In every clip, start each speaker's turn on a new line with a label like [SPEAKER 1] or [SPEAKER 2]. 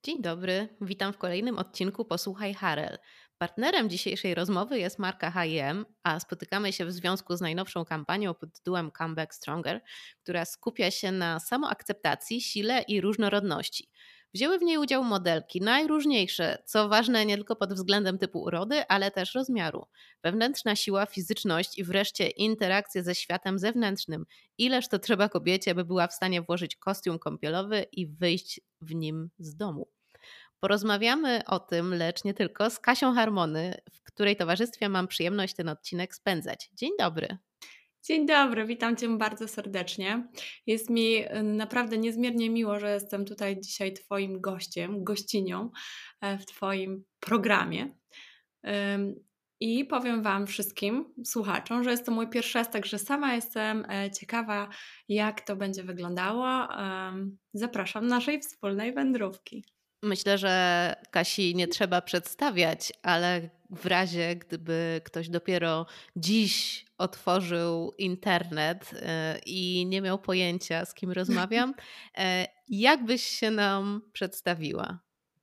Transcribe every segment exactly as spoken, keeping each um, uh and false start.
[SPEAKER 1] Dzień dobry, witam w kolejnym odcinku Posłuchaj Harel. Partnerem dzisiejszej rozmowy jest marka H i M, a spotykamy się w związku z najnowszą kampanią pod tytułem Comeback Stronger, która skupia się na samoakceptacji, sile i różnorodności. Wzięły w niej udział modelki najróżniejsze, co ważne nie tylko pod względem typu urody, ale też rozmiaru. Wewnętrzna siła, fizyczność i wreszcie interakcje ze światem zewnętrznym. Ileż to trzeba kobiecie, by była w stanie włożyć kostium kąpielowy i wyjść w nim z domu. Porozmawiamy o tym, lecz nie tylko, z Kasią Harmony, w której towarzystwie mam przyjemność ten odcinek spędzać. Dzień dobry.
[SPEAKER 2] Dzień dobry, witam Cię bardzo serdecznie. Jest mi y, naprawdę niezmiernie miło, że jestem tutaj dzisiaj Twoim gościem, gościnią e, w Twoim programie. Ym, I powiem Wam wszystkim słuchaczom, że jest to mój pierwszy raz, także sama jestem e, ciekawa, jak to będzie wyglądało. Ym, Zapraszam do naszej wspólnej wędrówki.
[SPEAKER 1] Myślę, że Kasi nie trzeba przedstawiać, ale w razie, gdyby ktoś dopiero dziś otworzył internet e, i nie miał pojęcia, z kim rozmawiam, e, jak byś się nam przedstawiła?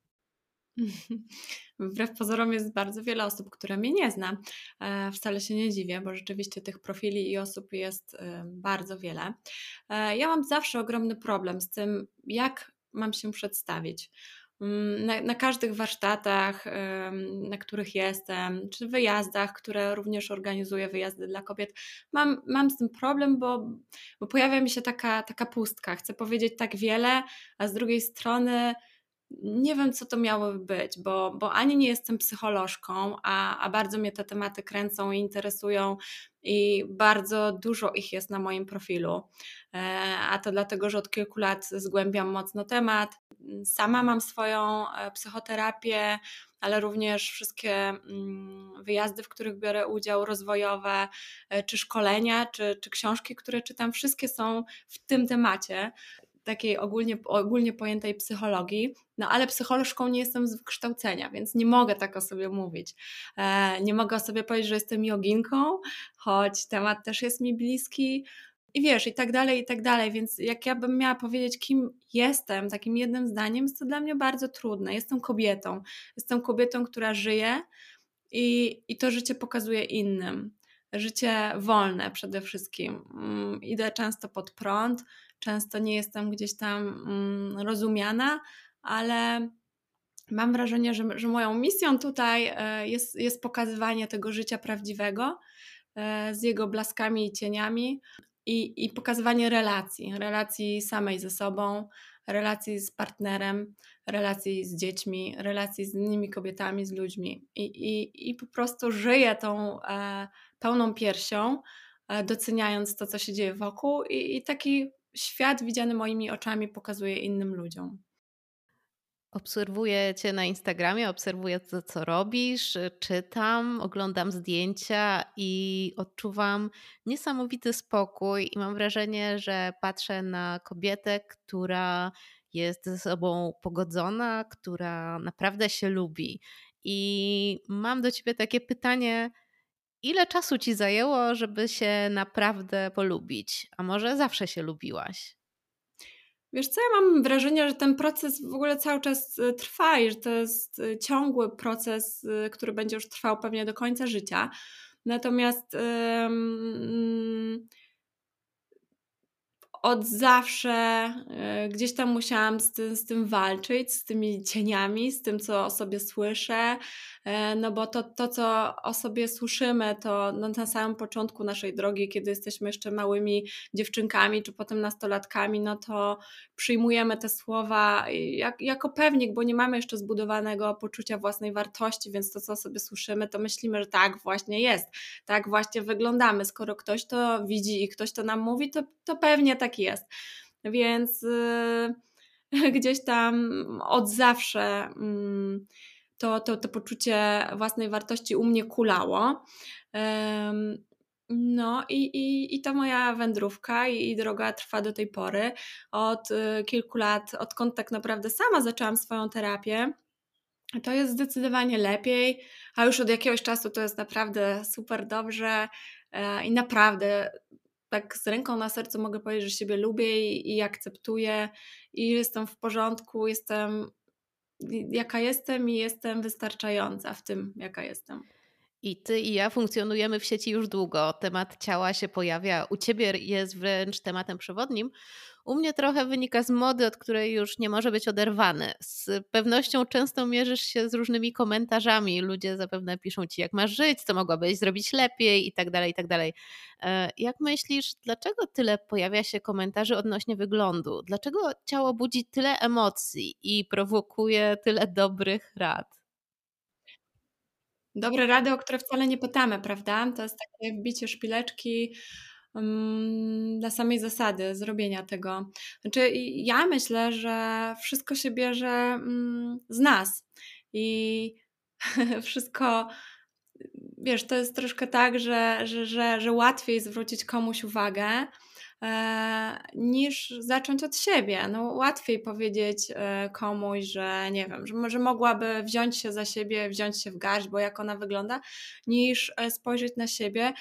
[SPEAKER 2] Wbrew pozorom jest bardzo wiele osób, które mnie nie zna. E, Wcale się nie dziwię, bo rzeczywiście tych profili i osób jest e, bardzo wiele. E, Ja mam zawsze ogromny problem z tym, jak mam się przedstawić. Mm, Na, na każdych warsztatach, em, na których jestem, czy wyjazdach, które również organizuję, wyjazdy dla kobiet, mam, mam z tym problem, bo, bo pojawia mi się taka, taka pustka. Chcę powiedzieć tak wiele, a z drugiej strony nie wiem, co to miałoby być, bo, bo ani nie jestem psycholożką, a, a bardzo mnie te tematy kręcą i interesują i bardzo dużo ich jest na moim profilu. E, A to dlatego, że od kilku lat zgłębiam mocno temat. Sama mam swoją e, psychoterapię, ale również wszystkie mm, wyjazdy, w których biorę udział, rozwojowe, e, czy szkolenia, czy, czy książki, które czytam, wszystkie są w tym temacie takiej ogólnie, ogólnie pojętej psychologii, no ale psycholożką nie jestem z wykształcenia, więc nie mogę tak o sobie mówić. E, nie mogę o sobie powiedzieć, że jestem joginką, choć temat też jest mi bliski i wiesz, i tak dalej, i tak dalej, więc jak ja bym miała powiedzieć, kim jestem, takim jednym zdaniem, jest to dla mnie bardzo trudne. Jestem kobietą. Jestem kobietą, która żyje i, i to życie pokazuje innym. Życie wolne przede wszystkim. Mm, Idę często pod prąd, często nie jestem gdzieś tam mm, rozumiana, ale mam wrażenie, że, że moją misją tutaj e, jest, jest pokazywanie tego życia prawdziwego e, z jego blaskami i cieniami i, i pokazywanie relacji, relacji samej ze sobą, relacji z partnerem, relacji z dziećmi, relacji z innymi kobietami, z ludźmi. I, i, i po prostu żyję tą e, pełną piersią, e, doceniając to, co się dzieje wokół i, i taki świat widziany moimi oczami pokazuję innym ludziom.
[SPEAKER 1] Obserwuję cię na Instagramie, obserwuję to, co robisz, czytam, oglądam zdjęcia i odczuwam niesamowity spokój i mam wrażenie, że patrzę na kobietę, która jest ze sobą pogodzona, która naprawdę się lubi. I mam do ciebie takie pytanie, ile czasu ci zajęło, żeby się naprawdę polubić? A może zawsze się lubiłaś?
[SPEAKER 2] Wiesz co, ja mam wrażenie, że ten proces w ogóle cały czas y, trwa i że to jest y, ciągły proces, y, który będzie już trwał pewnie do końca życia. Natomiast ym, od zawsze e, gdzieś tam musiałam z tym, z tym walczyć, z tymi cieniami, z tym, co o sobie słyszę, e, no bo to, to co o sobie słyszymy, to no, na samym początku naszej drogi, kiedy jesteśmy jeszcze małymi dziewczynkami, czy potem nastolatkami, no to przyjmujemy te słowa jak, jako pewnik, bo nie mamy jeszcze zbudowanego poczucia własnej wartości, więc to, co o sobie słyszymy, to myślimy, że tak właśnie jest, tak właśnie wyglądamy. Skoro ktoś to widzi i ktoś to nam mówi, to, to pewnie tak jest. Więc yy, gdzieś tam od zawsze yy, to, to, to poczucie własnej wartości u mnie kulało. Yy, no i, i, i ta moja wędrówka i, i droga trwa do tej pory. Od y, kilku lat, odkąd tak naprawdę sama zaczęłam swoją terapię, to jest zdecydowanie lepiej, a już od jakiegoś czasu to jest naprawdę super dobrze e, i naprawdę tak z ręką na sercu mogę powiedzieć, że siebie lubię i, i akceptuję i jestem w porządku, jestem jaka jestem i jestem wystarczająca w tym, jaka jestem.
[SPEAKER 1] I ty i ja funkcjonujemy w sieci już długo. Temat ciała się pojawia. U ciebie jest wręcz tematem przewodnim. U mnie trochę wynika z mody, od której już nie może być oderwany. Z pewnością często mierzysz się z różnymi komentarzami. Ludzie zapewne piszą ci, jak masz żyć, co mogłabyś zrobić lepiej i tak dalej, i tak dalej. E, Jak myślisz, dlaczego tyle pojawia się komentarzy odnośnie wyglądu? Dlaczego ciało budzi tyle emocji i prowokuje tyle dobrych rad?
[SPEAKER 2] Dobre rady, o które wcale nie pytamy, prawda? To jest takie wbicie szpileczki, mm, dla samej zasady zrobienia tego. Znaczy, i ja myślę, że wszystko się bierze, mm, z nas i wszystko, wiesz, to jest troszkę tak, że że że że łatwiej zwrócić komuś uwagę, eee, niż zacząć od siebie. No, łatwiej powiedzieć, eee, komuś, że nie wiem, że może mogłaby wziąć się za siebie, wziąć się w garść, bo jak ona wygląda, niż, e, spojrzeć na siebie.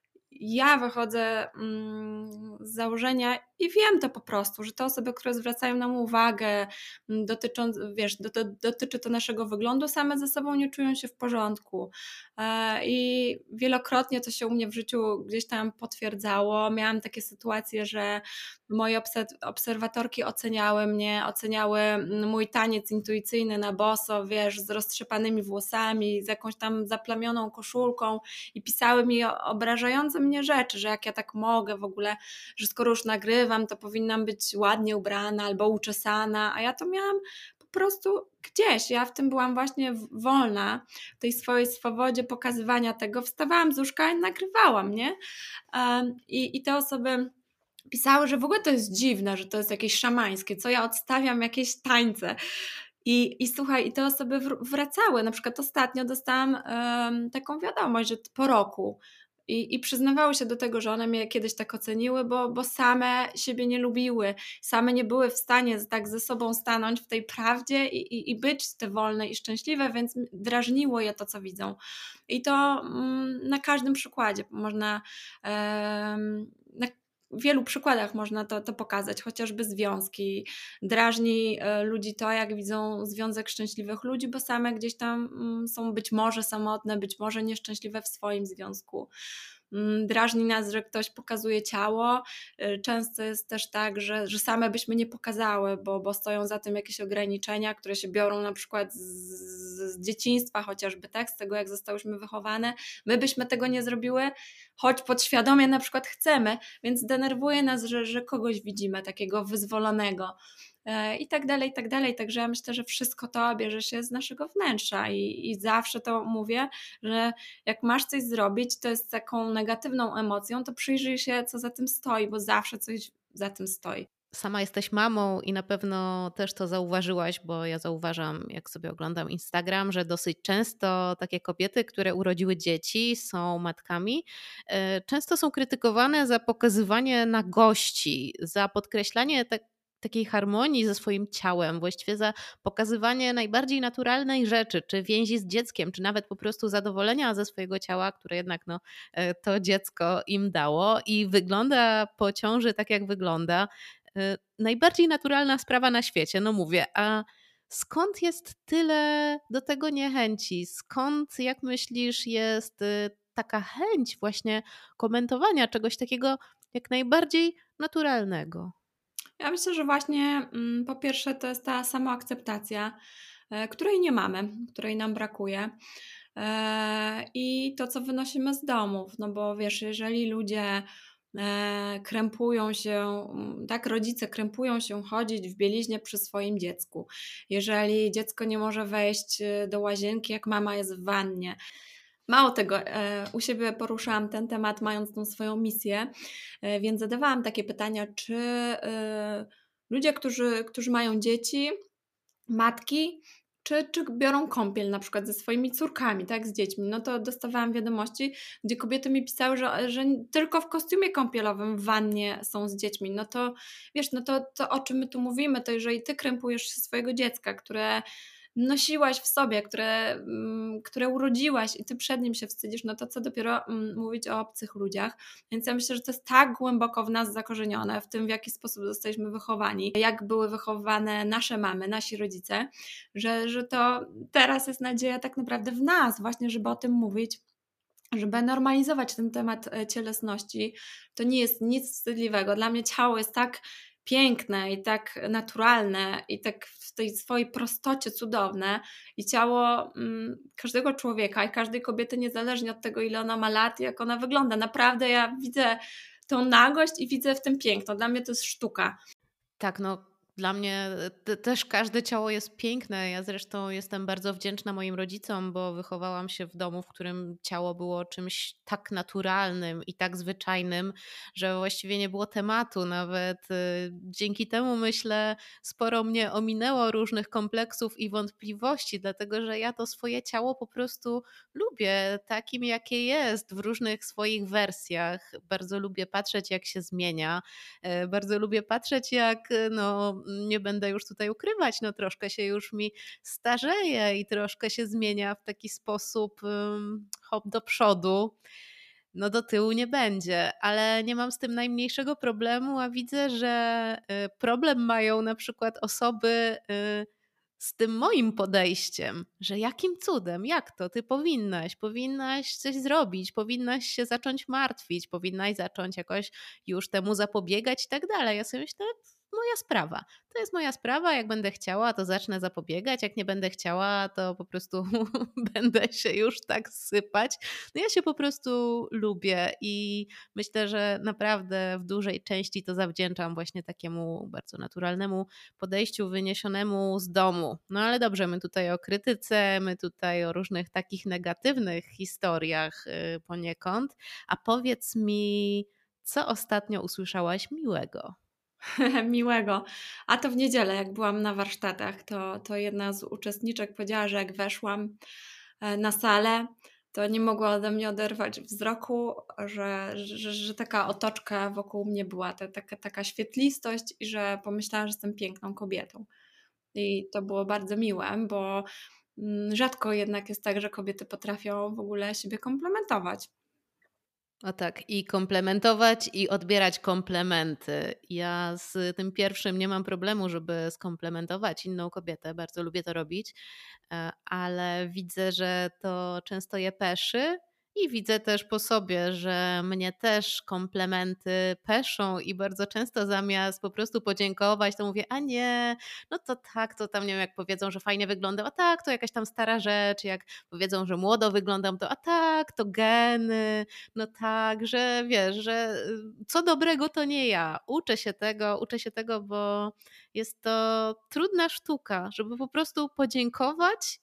[SPEAKER 2] Ja wychodzę, mm, z założenia i wiem to po prostu, że te osoby, które zwracają nam uwagę, mm, dotycząc wiesz, do do dotyczy to naszego wyglądu, same ze sobą nie czują się w porządku. E, I wielokrotnie to się u mnie w życiu gdzieś tam potwierdzało. Miałam takie sytuacje, że moje obse obserwatorki oceniały mnie, oceniały, mm, mój taniec intuicyjny na boso, wiesz, z roztrzepanymi włosami, z jakąś tam zaplamioną koszulką i pisały mi o obrażające mnie rzeczy, że jak ja tak mogę w ogóle, że skoro już nagrywam, to powinnam być ładnie ubrana albo uczesana, a ja to miałam po prostu gdzieś. Ja w tym byłam właśnie w wolna, w tej swojej swobodzie pokazywania tego. Wstawałam z łóżka i nagrywałam, nie? Em, i i te osoby pisały, że w ogóle to jest dziwne, że to jest jakieś szamańskie, co ja odstawiam jakieś tańce. I i słuchaj, i te osoby wr wracały. Na przykład ostatnio dostałam, em, taką wiadomość, że po roku i i przyznawały się do tego, że one mnie kiedyś tak oceniły, bo bo same siebie nie lubiły, same nie były w stanie z tak ze sobą stanąć w tej prawdzie i i i być te wolne i szczęśliwe, więc m drażniło je to, co widzą. I to, mm, na każdym przykładzie można, em, na wielu przykładach można to to pokazać, chociażby związki. Drażni, e, ludzi to, jak widzą związek szczęśliwych ludzi, bo same gdzieś tam, mm, są być może samotne, być może nieszczęśliwe w swoim związku. Mm, drażni nas, że ktoś pokazuje ciało. Y, Często jest też tak, że, że same byśmy nie pokazały, bo, bo stoją za tym jakieś ograniczenia, które się biorą na przykład z, z dzieciństwa chociażby, tak, z tego jak zostałyśmy wychowane. My byśmy tego nie zrobiły, choć podświadomie na przykład chcemy, więc denerwuje nas, że, że kogoś widzimy takiego wyzwolonego. E, I tak dalej, i tak dalej. Także ja myślę, że wszystko to bierze się z naszego wnętrza i, i zawsze to mówię, że jak masz coś zrobić, to jest taką negatywną emocją, to przyjrzyj się, co za tym stoi, bo zawsze coś za tym stoi.
[SPEAKER 1] Sama jesteś mamą i na pewno też to zauważyłaś, bo ja zauważam, jak sobie oglądam Instagram, że dosyć często takie kobiety, które urodziły dzieci, są matkami, e, często są krytykowane za pokazywanie nagości, za podkreślanie tak, takiej harmonii ze swoim ciałem, właściwie za pokazywanie najbardziej naturalnej rzeczy, czy więzi z dzieckiem, czy nawet po prostu zadowolenia ze swojego ciała, które jednak no, e, to dziecko im dało i wygląda po ciąży tak, jak wygląda. Y, Najbardziej naturalna sprawa na świecie, no mówię, a skąd jest tyle do tego niechęci? Skąd, jak myślisz, jest y, taka chęć właśnie komentowania czegoś takiego jak najbardziej naturalnego?
[SPEAKER 2] Ja myślę, że właśnie, mm, po pierwsze to jest ta samoakceptacja, e, której nie mamy, której nam brakuje. E, I to, co wynosimy z domów, no bo wiesz, jeżeli ludzie, e, krępują się, mm, tak, rodzice krępują się chodzić w bieliźnie przy swoim dziecku. Jeżeli dziecko nie może wejść, e, do łazienki, jak mama jest w wannie. Mało tego, e, u siebie poruszałam ten temat, mając tą swoją misję, e, więc zadawałam takie pytania, czy, e, ludzie, którzy którzy mają dzieci, matki, czy czy biorą kąpiel na przykład ze swoimi córkami, tak, z dziećmi. No to dostawałam wiadomości, gdzie kobiety mi pisały, że że tylko w kostiumie kąpielowym w wannie są z dziećmi. No to wiesz, no to to o czym my tu mówimy, to jeżeli ty krępujesz się swojego dziecka, które nosiłaś w sobie, które, mm, które urodziłaś i ty przed nim się wstydzisz, no to co dopiero mm, mówić o obcych ludziach. Więc ja myślę, że to jest tak głęboko w nas zakorzenione, w tym w jaki sposób zostaliśmy wychowani, jak były wychowywane nasze mamy, nasi rodzice, że, że to teraz jest nadzieja tak naprawdę w nas właśnie, żeby o tym mówić, żeby normalizować ten temat e, cielesności. To nie jest nic wstydliwego. Dla mnie ciało jest tak piękne i tak naturalne i tak w tej swojej prostocie cudowne i ciało mm, każdego człowieka i każdej kobiety niezależnie od tego, ile ona ma lat i jak ona wygląda. Naprawdę ja widzę tą nagość i widzę w tym piękno. Dla mnie to jest sztuka.
[SPEAKER 1] Tak, no dla mnie te też każde ciało jest piękne. Ja zresztą jestem bardzo wdzięczna moim rodzicom, bo wychowałam się w domu, w którym ciało było czymś tak naturalnym i tak zwyczajnym, że właściwie nie było tematu. Nawet y, dzięki temu, myślę, sporo mnie ominęło różnych kompleksów i wątpliwości, dlatego że ja to swoje ciało po prostu lubię takim, jakie jest, w różnych swoich wersjach. Bardzo lubię patrzeć, jak się zmienia. E, Bardzo lubię patrzeć, jak, e, no, nie będę już tutaj ukrywać, no troszkę się już mi starzeje i troszkę się zmienia w taki sposób ym, hop do przodu. No do tyłu nie będzie, ale nie mam z tym najmniejszego problemu, a widzę, że y, problem mają na przykład osoby y, z tym moim podejściem, że jakim cudem, jak to, ty powinnaś, powinnaś coś zrobić, powinnaś się zacząć martwić, powinnaś zacząć jakoś już temu zapobiegać i tak dalej. Ja sobie myślę, moja sprawa. To jest moja sprawa, jak będę chciała, to zacznę zapobiegać, jak nie będę chciała, to po prostu będę się już tak sypać. No ja się po prostu lubię i myślę, że naprawdę w dużej części to zawdzięczam właśnie takiemu bardzo naturalnemu podejściu wyniesionemu z domu. No ale dobrze, my tutaj o krytyce, my tutaj o różnych takich negatywnych historiach y, poniekąd. A powiedz mi, co ostatnio usłyszałaś miłego?
[SPEAKER 2] Miłego. A to w niedzielę, jak byłam na warsztatach, to, to jedna z uczestniczek powiedziała, że jak weszłam e, na salę, to nie mogła ode mnie oderwać wzroku, że, że, że taka otoczka wokół mnie była, ta, taka, taka świetlistość i że pomyślała, że jestem piękną kobietą. I to było bardzo miłe, bo mm, rzadko jednak jest tak, że kobiety potrafią w ogóle siebie komplementować.
[SPEAKER 1] O tak, i komplementować, i odbierać komplementy. Ja z tym pierwszym nie mam problemu, żeby skomplementować inną kobietę. Bardzo lubię to robić, e, ale widzę, że to często je peszy. I widzę też po sobie, że mnie też komplementy peszą i bardzo często zamiast po prostu podziękować, to mówię, a nie, no to tak, to tam nie wiem, jak powiedzą, że fajnie wyglądam, a tak, to jakaś tam stara rzecz, jak powiedzą, że młodo wyglądam, to a tak, to geny, no tak, że wiesz, że y, co dobrego to nie ja. Uczę się tego, uczę się tego, bo jest to trudna sztuka, żeby po prostu podziękować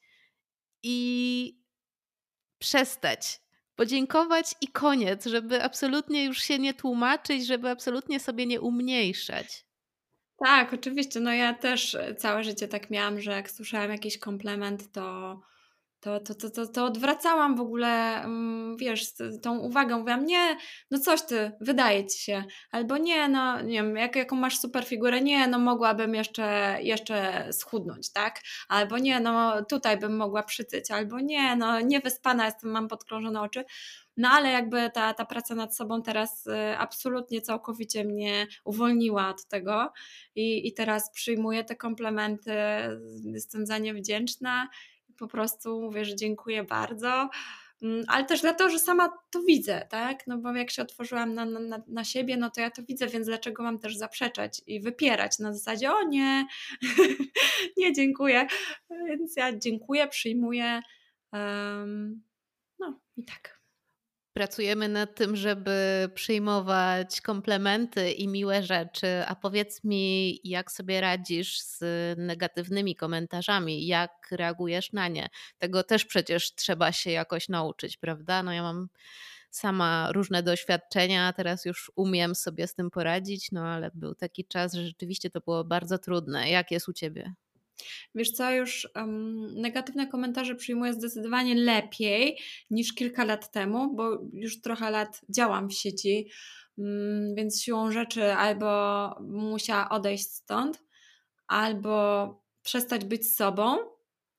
[SPEAKER 1] i przestać. Podziękować i koniec, żeby absolutnie już się nie tłumaczyć, żeby absolutnie sobie nie umniejszać.
[SPEAKER 2] Tak, oczywiście. No ja też e, całe życie tak miałam, że jak słyszałam jakiś komplement, to to to to to to odwracałam w ogóle, mm, wiesz, z tą uwagę. Mówiłam: „Nie, no coś ty, wydaje ci się”, albo „Nie, no nie wiem, jak jaką masz super figurę, nie, no mogłabym jeszcze jeszcze schudnąć”, tak? Albo „Nie, no tutaj bym mogła przytyć”, albo „Nie, no niewyspana jestem, mam podkrążone oczy”. No ale jakby ta ta praca nad sobą teraz, y, absolutnie całkowicie mnie uwolniła od tego i i teraz przyjmuję te komplementy, jestem za nie wdzięczna. Po prostu mówię, że dziękuję bardzo, mm, ale też dlatego, że sama to widzę, tak? No bo jak się otworzyłam na na na na siebie, no to ja to widzę, więc dlaczego mam też zaprzeczać i wypierać na zasadzie: „O nie, nie dziękuję”. Więc ja dziękuję, przyjmuję, em, no i tak.
[SPEAKER 1] Pracujemy nad tym, żeby przyjmować komplementy i miłe rzeczy. A powiedz mi, jak sobie radzisz z negatywnymi komentarzami? Jak reagujesz na nie? Tego też przecież trzeba się jakoś nauczyć, prawda? No ja mam sama różne doświadczenia, teraz już umiem sobie z tym poradzić, no ale był taki czas, że rzeczywiście to było bardzo trudne. Jak jest u ciebie?
[SPEAKER 2] Wiesz co, już, em, negatywne komentarze przyjmuję zdecydowanie lepiej niż kilka lat temu, bo już trochę lat działam w sieci, mm, więc siłą rzeczy albo musiała odejść stąd, albo przestać być sobą,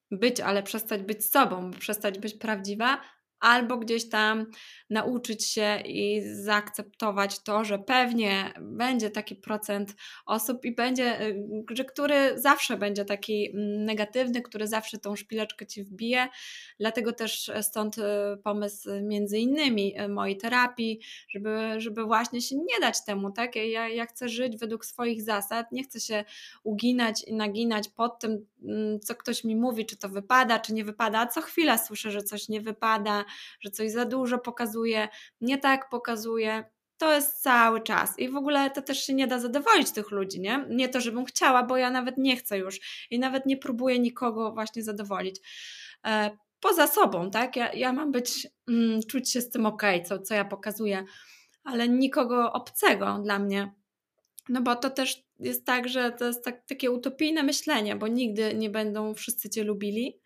[SPEAKER 2] być, ale przestać być sobą, przestać być prawdziwa, albo gdzieś tam nauczyć się i zaakceptować to, że pewnie będzie taki procent osób i będzie, y, że który zawsze będzie taki mm, negatywny, który zawsze tą szpileczkę ci wbije. Dlatego też e, stąd y, pomysł między innymi y, mojej terapii, żeby, żeby właśnie się nie dać temu, tak? Ja, ja chcę żyć według swoich zasad, nie chcę się uginać i naginać pod tym, mm, co ktoś mi mówi, czy to wypada, czy nie wypada. A co chwila słyszę, że coś nie wypada, że coś za dużo pokazuje, nie tak pokazuje. To jest cały czas. I w ogóle to też się nie da zadowolić tych ludzi, nie? Nie to, żebym chciała, bo ja nawet nie chcę już i nawet nie próbuję nikogo właśnie zadowolić. E, Poza sobą, tak? Ja, ja mam być, mm, czuć się z tym okej, co, co ja pokazuję, ale nikogo obcego dla mnie. No bo to też jest tak, że to jest tak, takie utopijne myślenie, bo nigdy nie będą wszyscy cię lubili.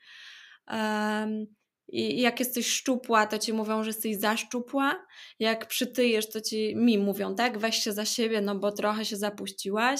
[SPEAKER 2] Em, I jak jesteś szczupła, to ci mówią, że jesteś za szczupła. Jak przytyjesz, to ci mi mówią, tak? Weź się za siebie, no bo trochę się zapuściłaś.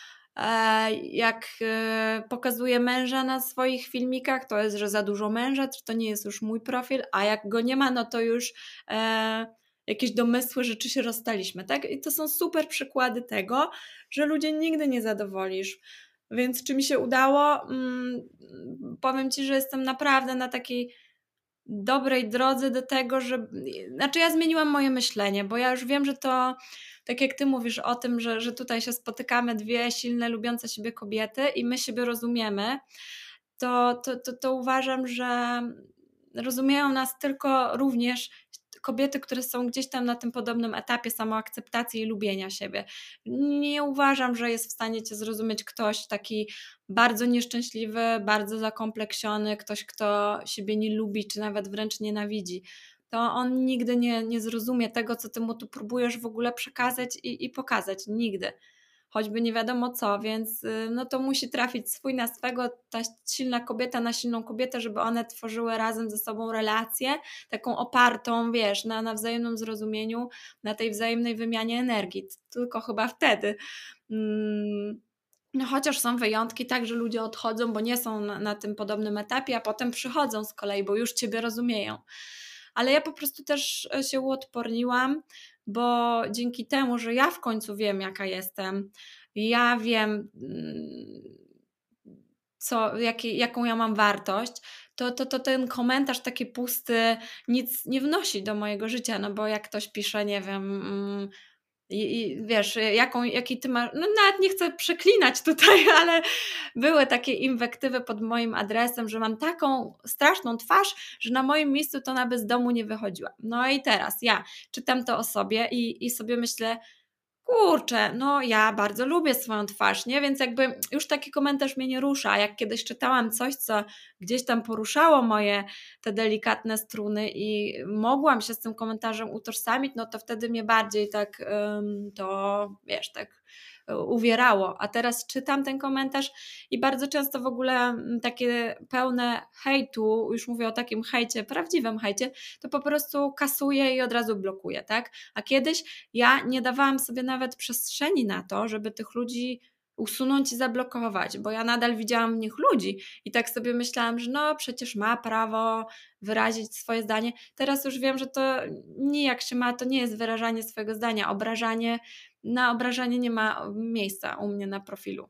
[SPEAKER 2] E, Jak e, pokazuję męża na swoich filmikach, to jest, że za dużo męża, to nie jest już mój profil, a jak go nie ma, no to już e, jakieś domysły, że czy się rozstaliśmy, tak? I to są super przykłady tego, że ludzie nigdy nie zadowolisz. Więc czy mi się udało? Mm, powiem ci, że jestem naprawdę na takiej dobrej drodze do tego, że. Znaczy, ja zmieniłam moje myślenie, bo ja już wiem, że to. Tak jak ty mówisz o tym, że, że tutaj się spotykamy dwie silne, lubiące siebie kobiety i my siebie rozumiemy, to, to, to, to uważam, że rozumieją nas tylko również kobiety, które są gdzieś tam na tym podobnym etapie samoakceptacji i lubienia siebie. Nie uważam, że jest w stanie cię zrozumieć ktoś taki bardzo nieszczęśliwy, bardzo zakompleksiony, ktoś, kto siebie nie lubi, czy nawet wręcz nienawidzi. To on nigdy nie, nie zrozumie tego, co ty mu tu próbujesz w ogóle przekazać i, i pokazać. Nigdy. Choćby nie wiadomo co, więc y, no to musi trafić swój na swego, ta silna kobieta na silną kobietę, żeby one tworzyły razem ze sobą relację, taką opartą, wiesz, na, na wzajemnym zrozumieniu, na tej wzajemnej wymianie energii. Tylko chyba wtedy. Mm, no chociaż są wyjątki, tak, że ludzie odchodzą, bo nie są na, na tym podobnym etapie, a potem przychodzą z kolei, bo już ciebie rozumieją. Ale ja po prostu też e, się uodporniłam, bo dzięki temu, że ja w końcu wiem, jaka jestem, ja wiem, mm, co, jaki, jaką ja mam wartość, to, to, to ten komentarz taki pusty nic nie wnosi do mojego życia, no bo jak ktoś pisze, nie wiem, mm, i, i wiesz, jaką, jaki ty masz, no nawet nie chcę przeklinać tutaj, ale były takie inwektywy pod moim adresem, że mam taką straszną twarz, że na moim miejscu to ona by z domu nie wychodziła. No i teraz ja czytam to o sobie i, i sobie myślę, kurczę, no ja bardzo lubię swoją twarz, nie? Więc jakby już taki komentarz mnie nie rusza. A jak kiedyś czytałam coś, co gdzieś tam poruszało moje te delikatne struny i mogłam się z tym komentarzem utożsamić, no to wtedy mnie bardziej tak ym, to, wiesz, tak y, uwierało. A teraz czytam ten komentarz i bardzo często w ogóle mm, takie pełne hejtu, już mówię o takim hejcie, prawdziwym hejcie, to po prostu kasuję i od razu blokuję, tak? A kiedyś ja nie dawałam sobie nawet przestrzeni na to, żeby tych ludzi usunąć i zablokować, bo ja nadal widziałam w nich ludzi i tak sobie myślałam, że no przecież ma prawo wyrazić swoje zdanie. Teraz już wiem, że to nijak się ma, to nie jest wyrażanie swojego zdania, obrażanie, na obrażanie nie ma miejsca u mnie na profilu.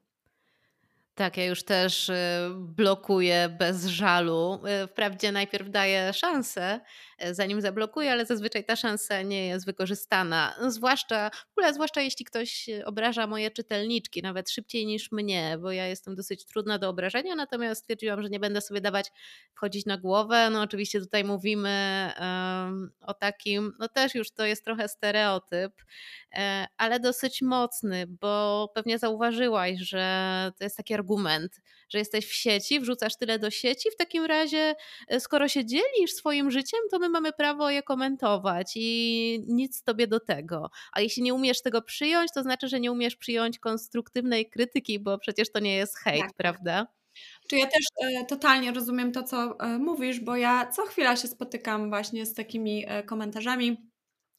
[SPEAKER 1] Tak, ja już też y, blokuję bez żalu. Y, Wprawdzie najpierw daję szansę, y, zanim zablokuję, ale zazwyczaj ta szansa nie jest wykorzystana. No, Zwłaszcza, w ogóle zwłaszcza jeśli ktoś y, obraża moje czytelniczki, nawet szybciej niż mnie, bo ja jestem dosyć trudna do obrażenia, natomiast stwierdziłam, że nie będę sobie dawać wchodzić na głowę. No oczywiście tutaj mówimy em, o takim, no też już to jest trochę stereotyp, e, ale dosyć mocny, bo pewnie zauważyłaś, że to jest taki argument, że jesteś w sieci, wrzucasz tyle do sieci, w takim razie e, skoro się dzielisz swoim życiem, to my mamy prawo je komentować i nic tobie do tego. A jeśli nie umiesz tego przyjąć, to znaczy, że nie umiesz przyjąć konstruktywnej krytyki, bo przecież to nie jest hejt,
[SPEAKER 2] Tak, tak.
[SPEAKER 1] prawda?
[SPEAKER 2] Czy ja też e, totalnie rozumiem to, co e, mówisz, bo ja co chwila się spotykam właśnie z takimi e, komentarzami.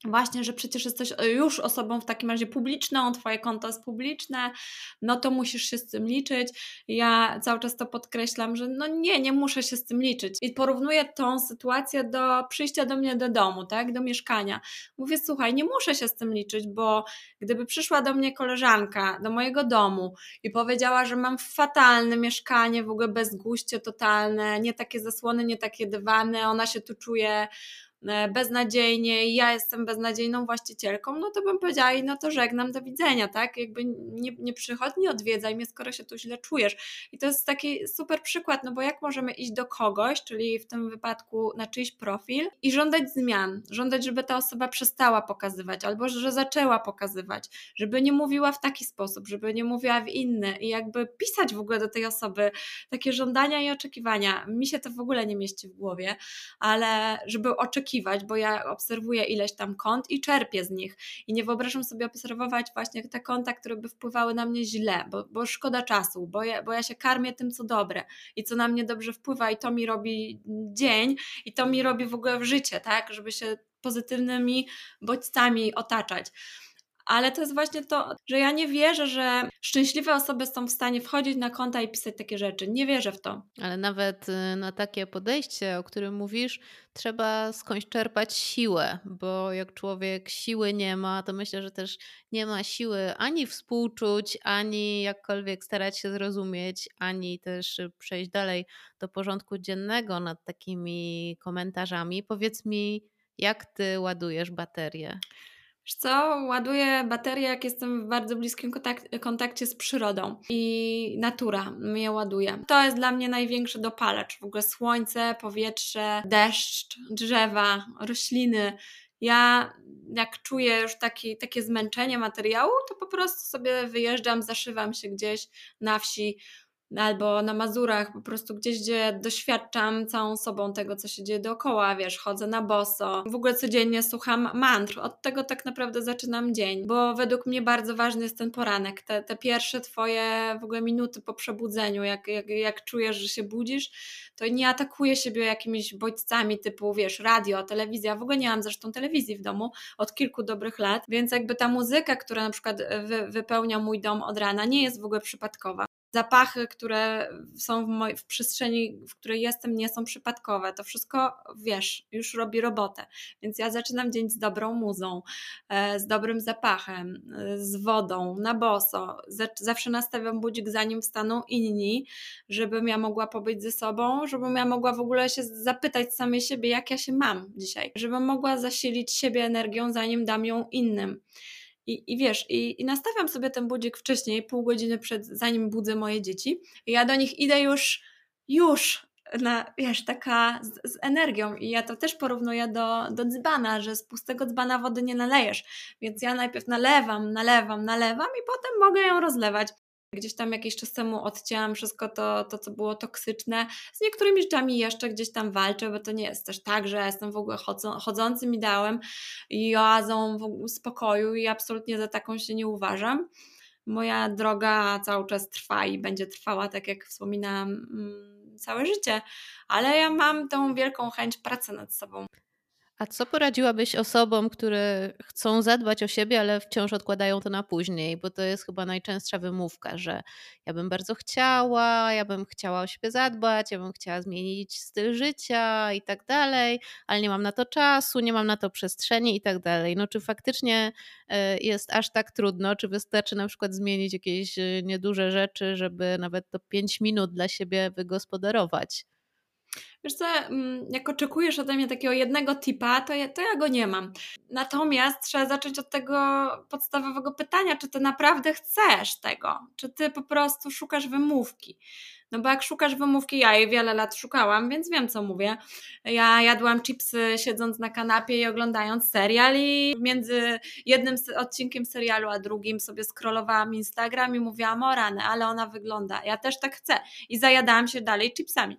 [SPEAKER 2] Właśnie, że przecież jesteś już osobą w takim razie publiczną, twoje konto jest publiczne, no to musisz się z tym liczyć. Ja cały czas to podkreślam, że no nie, nie muszę się z tym liczyć. I porównuję tą sytuację do przyjścia do mnie do domu, tak, do mieszkania. Mówię, słuchaj, nie muszę się z tym liczyć, bo gdyby przyszła do mnie koleżanka, do mojego domu i powiedziała, że mam fatalne mieszkanie, w ogóle bezguście totalne, nie takie zasłony, nie takie dywany, ona się tu czuje beznadziejnie i ja jestem beznadziejną właścicielką, no to bym powiedziała i no to żegnam, do widzenia, tak? Jakby nie, nie przychodź, nie odwiedzaj mnie, skoro się tu źle czujesz. I to jest taki super przykład, no bo jak możemy iść do kogoś, czyli w tym wypadku na czyjś profil i żądać zmian, żądać, żeby ta osoba przestała pokazywać albo że zaczęła pokazywać, żeby nie mówiła w taki sposób, żeby nie mówiła w inny i jakby pisać w ogóle do tej osoby takie żądania i oczekiwania. Mi się to w ogóle nie mieści w głowie, ale żeby oczekiwać, bo ja obserwuję ileś tam kont i czerpię z nich i nie wyobrażam sobie obserwować właśnie te konta, które by wpływały na mnie źle, bo, bo szkoda czasu, bo ja, bo ja się karmię tym, co dobre i co na mnie dobrze wpływa i to mi robi dzień i to mi robi w ogóle w życie, tak, żeby się pozytywnymi bodźcami otaczać. Ale to jest właśnie to, że ja nie wierzę, że szczęśliwe osoby są w stanie wchodzić na konta i pisać takie rzeczy. Nie wierzę w to.
[SPEAKER 1] Ale nawet na takie podejście, o którym mówisz, trzeba skądś czerpać siłę, bo jak człowiek siły nie ma, to myślę, że też nie ma siły ani współczuć, ani jakkolwiek starać się zrozumieć, ani też przejść dalej do porządku dziennego nad takimi komentarzami. Powiedz mi, jak ty ładujesz baterię?
[SPEAKER 2] Wiesz co, ładuję baterię, jak jestem w bardzo bliskim kontak- kontakcie z przyrodą i natura mnie ładuje. To jest dla mnie największy dopalacz. W ogóle słońce, powietrze, deszcz, drzewa, rośliny. Ja jak czuję już taki, takie zmęczenie materiału, to po prostu sobie wyjeżdżam, zaszywam się gdzieś na wsi, albo na Mazurach, po prostu gdzieś, gdzie doświadczam całą sobą tego, co się dzieje dookoła, wiesz, chodzę na boso, w ogóle codziennie słucham mantr, od tego tak naprawdę zaczynam dzień, bo według mnie bardzo ważny jest ten poranek, te, te pierwsze twoje w ogóle minuty po przebudzeniu, jak, jak, jak czujesz, że się budzisz, to nie atakuję siebie jakimiś bodźcami typu, wiesz, radio, telewizja, w ogóle nie mam zresztą telewizji w domu od kilku dobrych lat, więc jakby ta muzyka, która na przykład wy, wypełnia mój dom od rana, nie jest w ogóle przypadkowa. Zapachy, które są w, moj- w przestrzeni, w której jestem, nie są przypadkowe. To wszystko, wiesz, już robi robotę. Więc ja zaczynam dzień z dobrą muzą, e, z dobrym zapachem, e, z wodą, na boso. Z- zawsze nastawiam budzik, zanim wstaną inni, żebym ja mogła pobyć ze sobą, żebym ja mogła w ogóle się zapytać samej siebie, jak ja się mam dzisiaj. Żebym mogła zasilić siebie energią, zanim dam ją innym. I, I wiesz, i, i nastawiam sobie ten budzik wcześniej, pół godziny przed, zanim budzę moje dzieci. I ja do nich idę już, już, na, wiesz, taka z, z energią. I ja to też porównuję do, do dzbana, że z pustego dzbana wody nie nalejesz. Więc ja najpierw nalewam, nalewam, nalewam i potem mogę ją rozlewać. Gdzieś tam jakiś czas temu odcięłam wszystko to, to, co było toksyczne. Z niektórymi rzeczami jeszcze gdzieś tam walczę, bo to nie jest też tak, że jestem w ogóle chodzą, chodzącym ideałem i oazą w ogóle spokoju i absolutnie za taką się nie uważam. Moja droga cały czas trwa i będzie trwała, tak jak wspominałam, mm, całe życie, ale ja mam tą wielką chęć pracy nad sobą.
[SPEAKER 1] A co poradziłabyś osobom, które chcą zadbać o siebie, ale wciąż odkładają to na później? Bo to jest chyba najczęstsza wymówka, że ja bym bardzo chciała, ja bym chciała o siebie zadbać, ja bym chciała zmienić styl życia i tak dalej, ale nie mam na to czasu, nie mam na to przestrzeni i tak dalej. No czy faktycznie e, jest aż tak trudno? Czy wystarczy na przykład zmienić jakieś e, nieduże rzeczy, żeby nawet to pięć minut dla siebie wygospodarować?
[SPEAKER 2] Wiesz co, mm, jak oczekujesz ode mnie takiego jednego tipa, to ja, to ja go nie mam. Natomiast trzeba zacząć od tego podstawowego pytania, czy ty naprawdę chcesz tego? Czy ty po prostu szukasz wymówki? No bo jak szukasz wymówki, ja jej wiele lat szukałam, więc wiem, co mówię. Ja jadłam chipsy siedząc na kanapie i oglądając serial i między jednym odcinkiem serialu a drugim sobie scrollowałam Instagram i mówiłam, o rany, ale ona wygląda, ja też tak chcę. I zajadałam się dalej chipsami.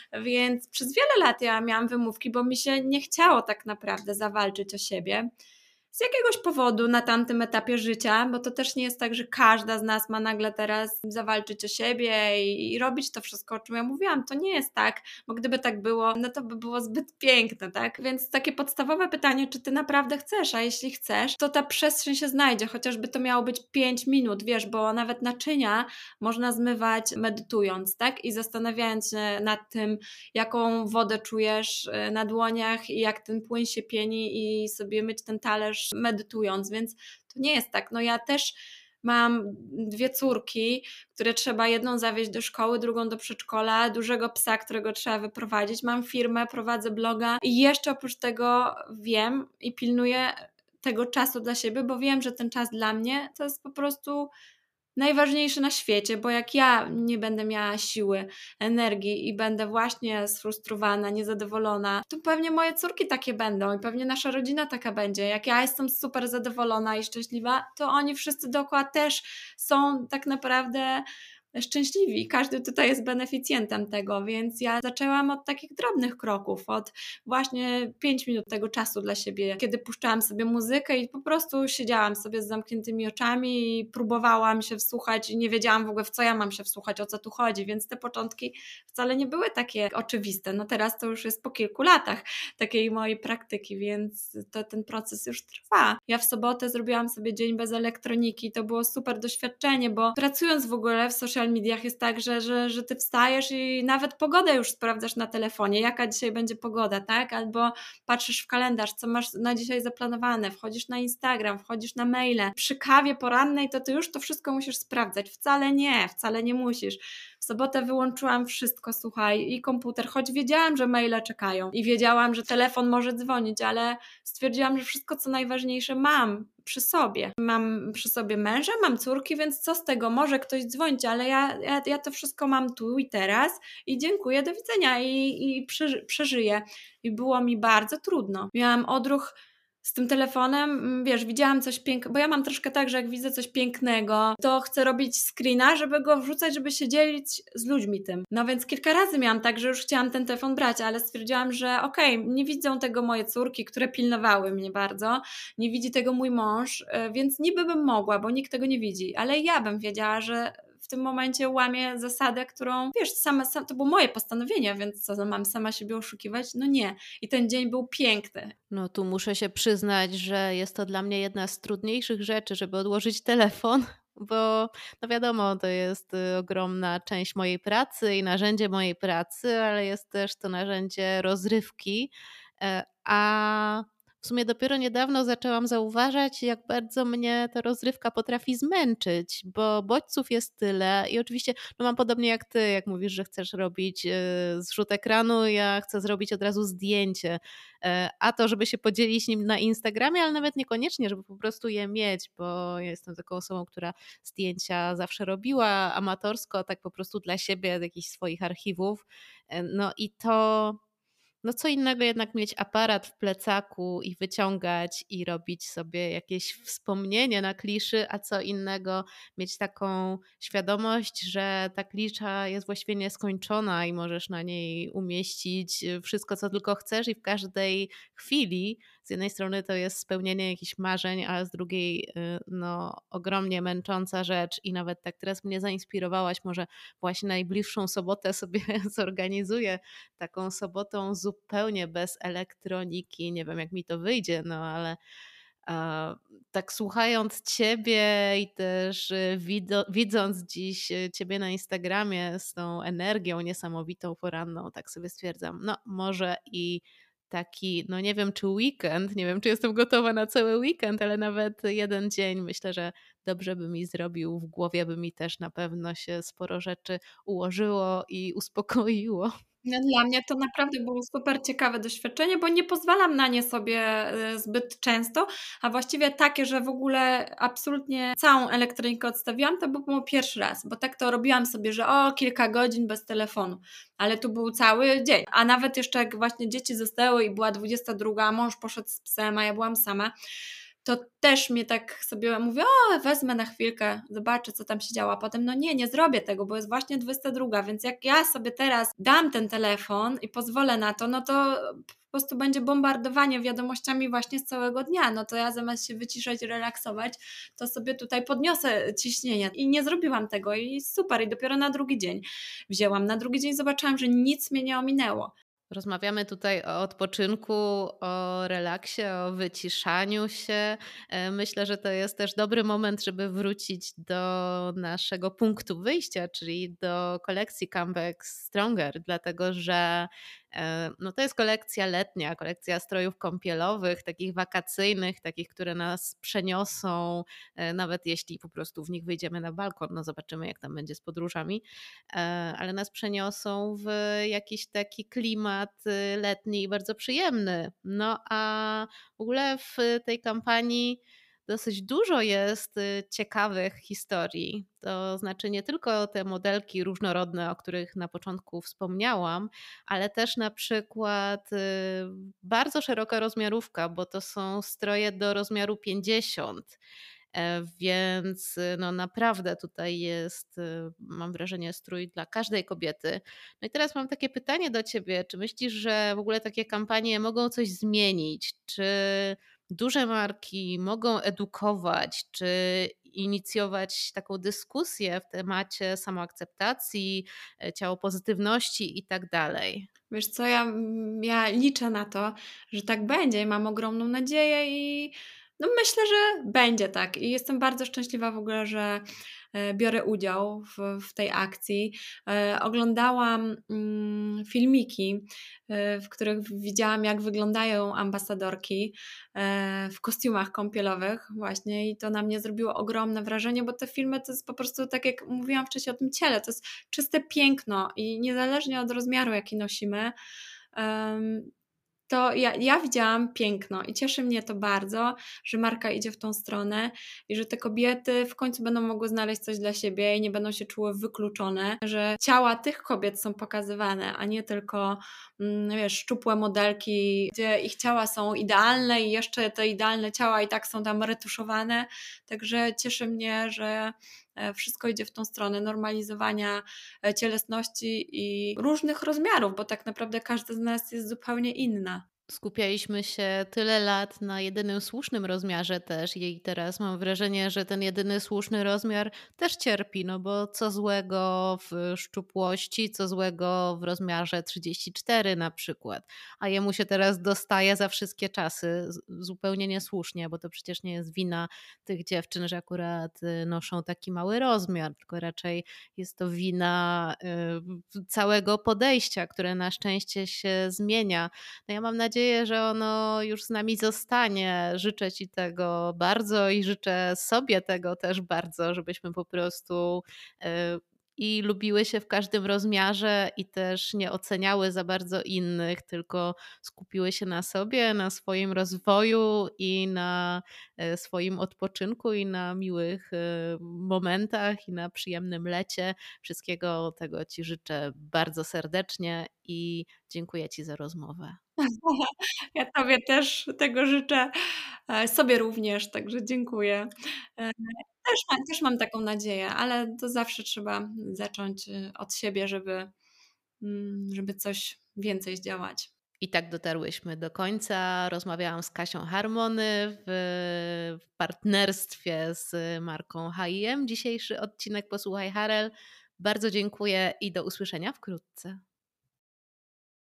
[SPEAKER 2] Więc przez wiele lat ja miałam wymówki, bo mi się nie chciało tak naprawdę zawalczyć o siebie. z jakiegoś powodu na tamtym etapie życia, bo to też nie jest tak, że każda z nas ma nagle teraz zawalczyć o siebie i, i robić to wszystko, o czym ja mówiłam. To nie jest tak, bo gdyby tak było, no to by było zbyt piękne, tak? Więc takie podstawowe pytanie, czy ty naprawdę chcesz, a jeśli chcesz, to ta przestrzeń się znajdzie, chociażby to miało być pięć minut, wiesz, bo nawet naczynia można zmywać medytując, tak? I zastanawiając się nad tym, jaką wodę czujesz na dłoniach i jak ten płyn się pieni i sobie myć ten talerz medytując, więc to nie jest tak. No ja też mam dwie córki, które trzeba jedną zawieźć do szkoły, drugą do przedszkola, dużego psa, którego trzeba wyprowadzić. Mam firmę, prowadzę bloga i jeszcze oprócz tego wiem i pilnuję tego czasu dla siebie, bo wiem, że ten czas dla mnie to jest po prostu najważniejsze na świecie, bo jak ja nie będę miała siły, energii i będę właśnie sfrustrowana, niezadowolona, to pewnie moje córki takie będą i pewnie nasza rodzina taka będzie. Jak ja jestem super zadowolona i szczęśliwa, to oni wszyscy dookoła też są tak naprawdę szczęśliwi. Każdy tutaj jest beneficjentem tego, więc ja zaczęłam od takich drobnych kroków, od właśnie pięć minut tego czasu dla siebie, kiedy puszczałam sobie muzykę i po prostu siedziałam sobie z zamkniętymi oczami i próbowałam się wsłuchać i nie wiedziałam w ogóle, w co ja mam się wsłuchać, o co tu chodzi, więc te początki wcale nie były takie oczywiste. No teraz to już jest po kilku latach takiej mojej praktyki, więc to ten proces już trwa. Ja w sobotę zrobiłam sobie dzień bez elektroniki, to było super doświadczenie, bo pracując w ogóle w social mediach jest tak, że, że, że ty wstajesz i nawet pogodę już sprawdzasz na telefonie, jaka dzisiaj będzie pogoda, tak? Albo patrzysz w kalendarz, co masz na dzisiaj zaplanowane, wchodzisz na Instagram, wchodzisz na maile. Przy kawie porannej to ty już to wszystko musisz sprawdzać. Wcale nie, wcale nie musisz. W sobotę wyłączyłam wszystko, słuchaj, i komputer, choć wiedziałam, że maile czekają i wiedziałam, że telefon może dzwonić, ale stwierdziłam, że wszystko co najważniejsze mam przy sobie. Mam przy sobie męża, mam córki, więc co z tego? Może ktoś dzwonić, ale ja, ja, ja to wszystko mam tu i teraz i dziękuję, do widzenia i, i przeży, przeżyję. I było mi bardzo trudno. Miałam odruch z tym telefonem, wiesz, widziałam coś pięknego, bo ja mam troszkę tak, że jak widzę coś pięknego, to chcę robić screena, żeby go wrzucać, żeby się dzielić z ludźmi tym. No więc kilka razy miałam tak, że już chciałam ten telefon brać, ale stwierdziłam, że okej, okay, nie widzą tego moje córki, które pilnowały mnie bardzo, nie widzi tego mój mąż, więc niby bym mogła, bo nikt tego nie widzi, ale ja bym wiedziała, że w tym momencie łamię zasadę, którą, wiesz, sama, sama, to było moje postanowienie, więc co, no mam sama siebie oszukiwać? No nie. I ten dzień był piękny.
[SPEAKER 1] No tu muszę się przyznać, że jest to dla mnie jedna z trudniejszych rzeczy, żeby odłożyć telefon, bo no wiadomo, to jest ogromna część mojej pracy i narzędzie mojej pracy, ale jest też to narzędzie rozrywki, a w sumie dopiero niedawno zaczęłam zauważać, jak bardzo mnie ta rozrywka potrafi zmęczyć, bo bodźców jest tyle i oczywiście no mam podobnie jak ty, jak mówisz, że chcesz robić zrzut ekranu, ja chcę zrobić od razu zdjęcie, a to, żeby się podzielić nim na Instagramie, ale nawet niekoniecznie, żeby po prostu je mieć, bo ja jestem taką osobą, która zdjęcia zawsze robiła amatorsko, tak po prostu dla siebie, z jakichś swoich archiwów, no i to... No co innego jednak mieć aparat w plecaku i wyciągać i robić sobie jakieś wspomnienie na kliszy, a co innego mieć taką świadomość, że ta klisza jest właściwie nieskończona i możesz na niej umieścić wszystko, co tylko chcesz i w każdej chwili. Z jednej strony to jest spełnienie jakichś marzeń, a z drugiej no ogromnie męcząca rzecz i nawet tak teraz mnie zainspirowałaś, może właśnie najbliższą sobotę sobie zorganizuję taką sobotą zupełnie bez elektroniki. Nie wiem, jak mi to wyjdzie, no ale e, tak słuchając ciebie i też wido, widząc dziś ciebie na Instagramie z tą energią niesamowitą poranną, tak sobie stwierdzam, no może i taki, no nie wiem czy weekend, nie wiem czy jestem gotowa na cały weekend, ale nawet jeden dzień myślę, że dobrze by mi zrobił, w głowie by mi też na pewno się sporo rzeczy ułożyło i uspokoiło.
[SPEAKER 2] No, dla mnie to naprawdę było super ciekawe doświadczenie, bo nie pozwalam na nie sobie zbyt często, a właściwie takie, że w ogóle absolutnie całą elektronikę odstawiłam, to był pierwszy raz, bo tak to robiłam sobie, że o, kilka godzin bez telefonu, ale tu był cały dzień, a nawet jeszcze jak właśnie dzieci zostały i była dwudziesta druga, a mąż poszedł z psem, a ja byłam sama, to też mnie tak sobie mówię: „O, wezmę na chwilkę, zobaczę, co tam się działo”, a potem no nie, nie zrobię tego, bo jest właśnie dwudziesta druga, więc jak ja sobie teraz dam ten telefon i pozwolę na to, no to po prostu będzie bombardowanie wiadomościami właśnie z całego dnia. No to ja zamiast się wyciszać, relaksować, to sobie tutaj podniosę ciśnienie i nie zrobiłam tego i super. I dopiero na drugi dzień wzięłam. Na drugi dzień zobaczyłam, że nic mnie nie ominęło.
[SPEAKER 1] Rozmawiamy tutaj o odpoczynku, o relaksie, o wyciszaniu się. E, Myślę, że to jest też dobry moment, żeby wrócić do naszego punktu wyjścia, czyli do kolekcji Comeback Stronger, dlatego że e, no to jest kolekcja letnia, kolekcja strojów kąpielowych, takich wakacyjnych, takich, które nas przeniosą, e, nawet jeśli po prostu w nich wyjdziemy na balkon, no zobaczymy, jak tam będzie z podróżami, e, ale nas przeniosą w jakiś taki klimat y, letni i bardzo przyjemny. No a w ogóle w tej kampanii dosyć dużo jest y, ciekawych historii. To znaczy nie tylko te modelki różnorodne, o których na początku wspomniałam, ale też na przykład y, bardzo szeroka rozmiarówka, bo to są stroje do rozmiaru pięćdziesiąt. E, Więc y, no naprawdę tutaj jest, y, mam wrażenie, strój dla każdej kobiety. No i teraz mam takie pytanie do ciebie. Czy myślisz, że w ogóle takie kampanie mogą coś zmienić? Czy duże marki mogą edukować, czy inicjować taką dyskusję w temacie samoakceptacji, e, ciałopozytywności i tak dalej?
[SPEAKER 2] Wiesz co, ja, mm, ja liczę na to, że tak będzie i mam ogromną nadzieję i no myślę, że będzie tak. I jestem bardzo szczęśliwa w ogóle, że e, biorę udział w, w tej akcji. E, Oglądałam mm, filmiki, e, w których widziałam, jak wyglądają ambasadorki e, w kostiumach kąpielowych właśnie i to na mnie zrobiło ogromne wrażenie, bo te filmy to jest po prostu, tak jak mówiłam wcześniej o tym ciele, to jest czyste piękno i niezależnie od rozmiaru, jaki nosimy, em, to ja, ja widziałam piękno i cieszy mnie to bardzo, że marka idzie w tą stronę i że te kobiety w końcu będą mogły znaleźć coś dla siebie i nie będą się czuły wykluczone, że ciała tych kobiet są pokazywane, a nie tylko, mm, wiesz, szczupłe modelki, gdzie ich ciała są idealne i jeszcze te idealne ciała i tak są tam retuszowane. Także cieszy mnie, że e, wszystko idzie w tą stronę normalizowania e, cielesności i różnych rozmiarów, bo tak naprawdę każda z nas jest zupełnie inna.
[SPEAKER 1] Skupialiśmy się tyle lat na jedynym słusznym rozmiarze też i teraz mam wrażenie, że ten jedyny słuszny rozmiar też cierpi, no bo co złego w szczupłości, co złego w rozmiarze trzydzieści cztery na przykład, a jemu się teraz dostaje za wszystkie czasy z- zupełnie niesłusznie, bo to przecież nie jest wina tych dziewczyn, że akurat y, noszą taki mały rozmiar, tylko raczej jest to wina y, całego podejścia, które na szczęście się zmienia. No ja mam nadzieję, że ono już z nami zostanie. Życzę Ci tego bardzo i życzę sobie tego też bardzo, żebyśmy po prostu e, i lubiły się w każdym rozmiarze i też nie oceniały za bardzo innych, tylko skupiły się na sobie, na swoim rozwoju i na e, swoim odpoczynku i na miłych e, momentach i na przyjemnym lecie. Wszystkiego tego Ci życzę bardzo serdecznie i dziękuję Ci za rozmowę.
[SPEAKER 2] Ja Tobie też tego życzę, e, sobie również, także dziękuję. E, Też mam, też mam taką nadzieję, ale to zawsze trzeba zacząć y, od siebie, żeby, mm, żeby coś więcej zdziałać.
[SPEAKER 1] I tak dotarłyśmy do końca. Rozmawiałam z Kasią Harmony w, w partnerstwie z marką H i M. Dzisiejszy odcinek Posłuchaj Harel. Bardzo dziękuję i do usłyszenia wkrótce.